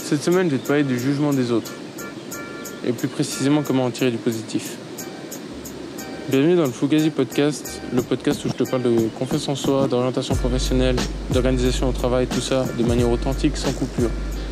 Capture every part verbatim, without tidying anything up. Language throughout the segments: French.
Cette semaine, je vais te parler du jugement des autres. Et plus précisément, comment en tirer du positif. Bienvenue dans le Fugazi Podcast, le podcast où je te parle de confiance en soi, d'orientation professionnelle, d'organisation au travail, tout ça de manière authentique, sans coupure.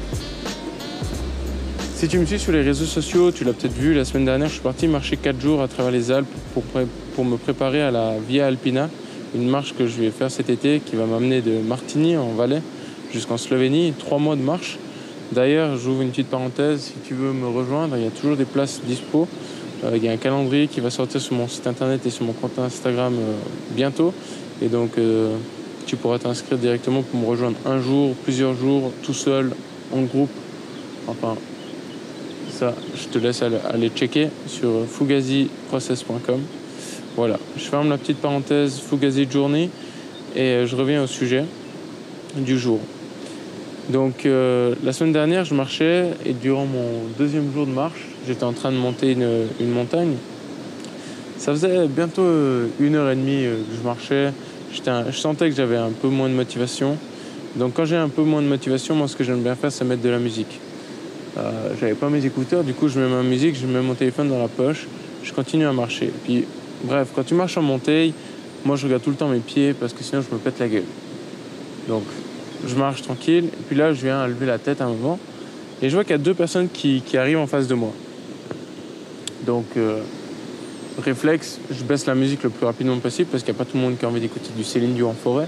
Si tu me suis sur les réseaux sociaux, tu l'as peut-être vu, la semaine dernière, je suis parti marcher quatre jours à travers les Alpes pour, pré- pour me préparer à la Via Alpina, une marche que je vais faire cet été qui va m'amener de Martigny en Valais jusqu'en Slovénie, trois mois de marche. D'ailleurs, j'ouvre une petite parenthèse, si tu veux me rejoindre, il y a toujours des places dispo. Euh, il y a un calendrier qui va sortir sur mon site internet et sur mon compte Instagram euh, bientôt. Et donc, euh, tu pourras t'inscrire directement pour me rejoindre un jour, plusieurs jours, tout seul, en groupe. Enfin, ça, je te laisse aller checker sur fugazi process point com. Voilà, je ferme la petite parenthèse Fugazi Journey et je reviens au sujet du jour. Donc euh, la semaine dernière, je marchais et durant mon deuxième jour de marche, j'étais en train de monter une, une montagne. Ça faisait bientôt euh, une heure et demie euh, que je marchais. J'étais un, je sentais que j'avais un peu moins de motivation. Donc quand j'ai un peu moins de motivation, moi ce que j'aime bien faire, c'est mettre de la musique. Euh, j'avais pas mes écouteurs, du coup je mets ma musique, je mets mon téléphone dans la poche, je continue à marcher. Puis bref, quand tu marches en montée, moi je regarde tout le temps mes pieds parce que sinon je me pète la gueule. Donc je marche tranquille, et puis là je viens à lever la tête un moment, et je vois qu'il y a deux personnes qui, qui arrivent en face de moi. Donc, euh, réflexe, je baisse la musique le plus rapidement possible, parce qu'il n'y a pas tout le monde qui a envie d'écouter du Céline Dion en forêt.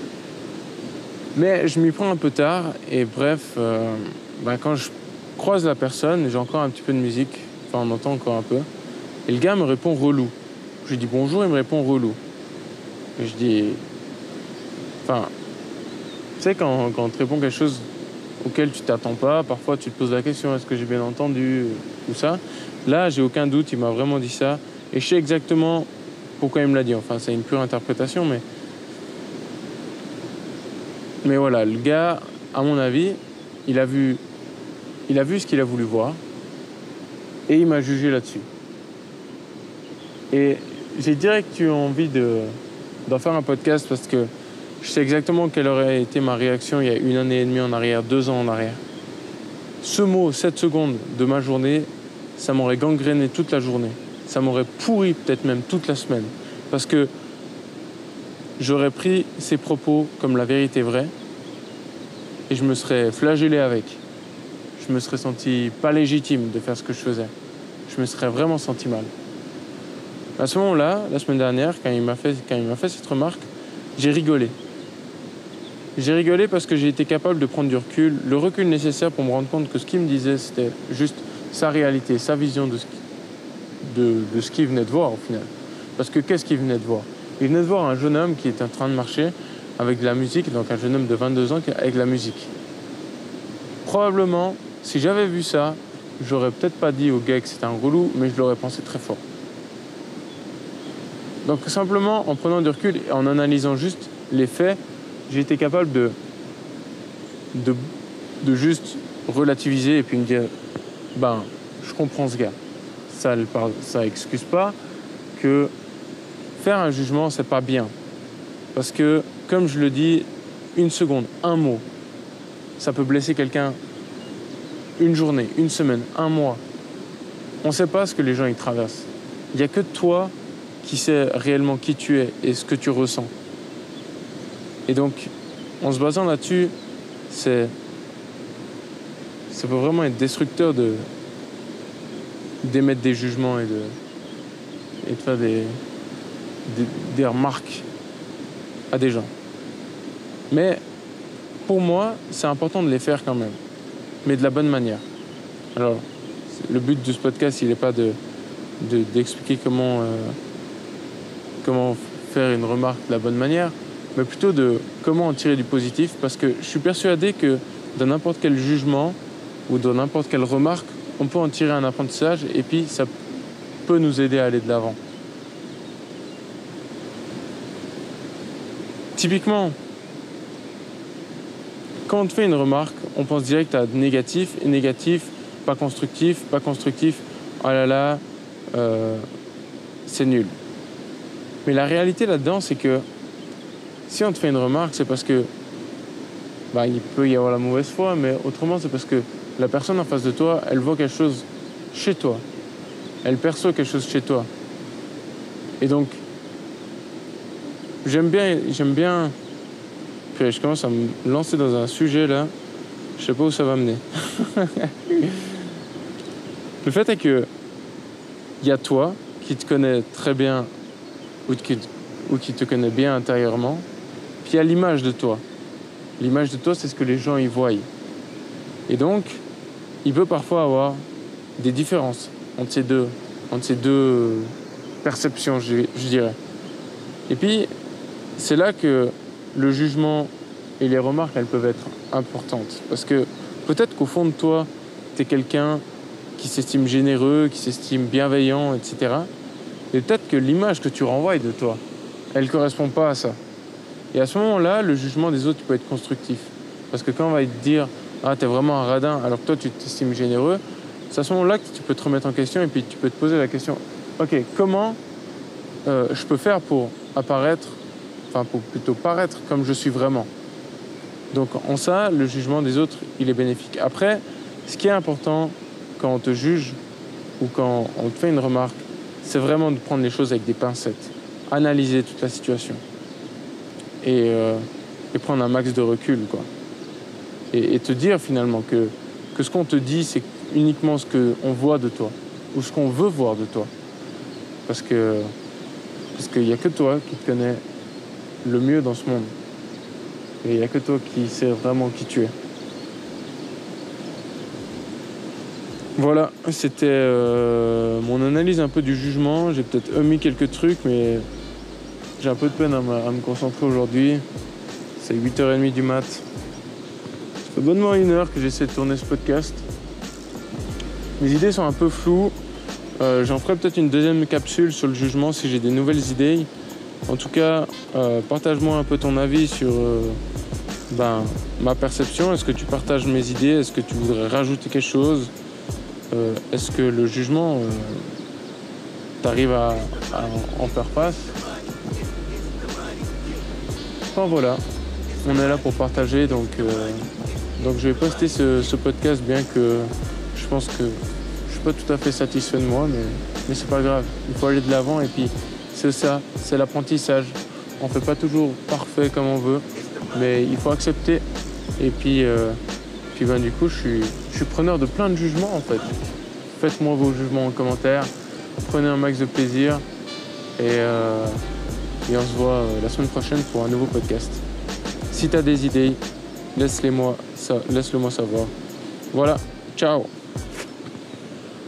Mais je m'y prends un peu tard, et bref, euh, ben quand je croise la personne, j'ai encore un petit peu de musique, enfin on entend encore un peu, et le gars me répond relou. Je lui dis bonjour, il me répond relou. Et je dis... Enfin... Tu sais, quand, quand on te répond quelque chose auquel tu t'attends pas, parfois tu te poses la question, est-ce que j'ai bien entendu, tout ça. Là, j'ai aucun doute, il m'a vraiment dit ça. Et je sais exactement pourquoi il me l'a dit. Enfin, c'est une pure interprétation, mais... Mais voilà, le gars, à mon avis, il a vu, il a vu ce qu'il a voulu voir. Et il m'a jugé là-dessus. Et j'ai direct eu envie de, d'en faire un podcast parce que je sais exactement quelle aurait été ma réaction il y a une année et demie en arrière, deux ans en arrière. Ce mot, sept secondes de ma journée, ça m'aurait gangréné toute la journée. Ça m'aurait pourri peut-être même toute la semaine. Parce que j'aurais pris ces propos comme la vérité vraie et je me serais flagellé avec. Je me serais senti pas légitime de faire ce que je faisais. Je me serais vraiment senti mal. À ce moment-là, la semaine dernière, quand il m'a fait, quand il m'a fait cette remarque, j'ai rigolé. J'ai rigolé parce que j'ai été capable de prendre du recul, le recul nécessaire pour me rendre compte que ce qu'il me disait, c'était juste sa réalité, sa vision de ce, qui, de, de ce qu'il venait de voir au final. Parce que qu'est-ce qu'il venait de voir ? Il venait de voir un jeune homme qui était en train de marcher avec de la musique, donc un jeune homme de vingt-deux ans avec de la musique. Probablement, si j'avais vu ça, j'aurais peut-être pas dit au gars que c'était un relou, mais je l'aurais pensé très fort. Donc simplement, en prenant du recul et en analysant juste les faits, j'ai été capable de, de, de juste relativiser et puis me dire, ben, je comprends ce gars. Ça ça excuse pas que faire un jugement, c'est pas bien. Parce que, comme je le dis, une seconde, un mot, ça peut blesser quelqu'un une journée, une semaine, un mois. On ne sait pas ce que les gens y traversent. Il n'y a que toi qui sais réellement qui tu es et ce que tu ressens. Et donc, en se basant là-dessus, c'est, ça peut vraiment être destructeur de, d'émettre des jugements et de, et de faire des, des, des remarques à des gens. Mais pour moi, c'est important de les faire quand même, mais de la bonne manière. Alors, le but de ce podcast, il n'est pas de, de, d'expliquer comment, euh, comment faire une remarque de la bonne manière, mais plutôt de comment en tirer du positif, parce que je suis persuadé que dans n'importe quel jugement ou dans n'importe quelle remarque, on peut en tirer un apprentissage et puis ça peut nous aider à aller de l'avant. Typiquement, quand on te fait une remarque, on pense direct à négatif, et négatif, pas constructif, pas constructif, oh là là, euh, c'est nul. Mais la réalité là-dedans, c'est que si on te fait une remarque, c'est parce que bah, il peut y avoir la mauvaise foi, mais autrement, c'est parce que la personne en face de toi, elle voit quelque chose chez toi. Elle perçoit quelque chose chez toi. Et donc, j'aime bien, j'aime bien... Puis je commence à me lancer dans un sujet là. Je sais pas où ça va mener. Le fait est que il y a toi qui te connais très bien ou qui, ou qui te connaît bien intérieurement. Puis il y a l'image de toi. L'image de toi, c'est ce que les gens y voient. Et donc, il peut parfois avoir des différences entre ces deux, entre ces deux perceptions, je, je dirais. Et puis, c'est là que le jugement et les remarques, elles peuvent être importantes. Parce que peut-être qu'au fond de toi, tu es quelqu'un qui s'estime généreux, qui s'estime bienveillant, et cetera. Et peut-être que l'image que tu renvoies de toi, elle ne correspond pas à ça. Et à ce moment-là, le jugement des autres peut être constructif. Parce que quand on va te dire « Ah, t'es vraiment un radin » alors que toi, tu t'estimes généreux, c'est à ce moment-là que tu peux te remettre en question et puis tu peux te poser la question « Ok, comment euh, je peux faire pour apparaître, enfin pour plutôt paraître comme je suis vraiment ?» Donc en ça, le jugement des autres, il est bénéfique. Après, ce qui est important quand on te juge ou quand on te fait une remarque, c'est vraiment de prendre les choses avec des pincettes, analyser toute la situation et, euh, et prendre un max de recul, quoi. Et, et te dire finalement que, que ce qu'on te dit, c'est uniquement ce qu'on voit de toi ou ce qu'on veut voir de toi. Parce que parce qu'il n'y a que toi qui te connais le mieux dans ce monde. Et il n'y a que toi qui sais vraiment qui tu es. Voilà, c'était euh, mon analyse un peu du jugement. J'ai peut-être omis quelques trucs, mais j'ai un peu de peine à, à me concentrer aujourd'hui. C'est huit heures trente du mat. Ça fait bonnement une heure que j'essaie de tourner ce podcast. Mes idées sont un peu floues. Euh, j'en ferai peut-être une deuxième capsule sur le jugement si j'ai des nouvelles idées. En tout cas, euh, partage-moi un peu ton avis sur euh, ben, ma perception. Est-ce que tu partages mes idées? Est-ce que tu voudrais rajouter quelque chose? euh, Est-ce que le jugement, euh, t'arrives à, à en faire face? Enfin voilà, on est là pour partager. Donc, euh, donc je vais poster ce, ce podcast, bien que je pense que je suis pas tout à fait satisfait de moi, mais, mais c'est pas grave. Il faut aller de l'avant et puis c'est ça, c'est l'apprentissage. On fait pas toujours parfait comme on veut, mais il faut accepter. Et puis, euh, puis ben, du coup, je suis, je suis preneur de plein de jugements en fait. Faites-moi vos jugements en commentaire, prenez un max de plaisir et, euh, et on se voit euh, la semaine prochaine pour un nouveau podcast. Si tu as des idées, laisse-les moi, ça, laisse-le moi savoir. Voilà, ciao!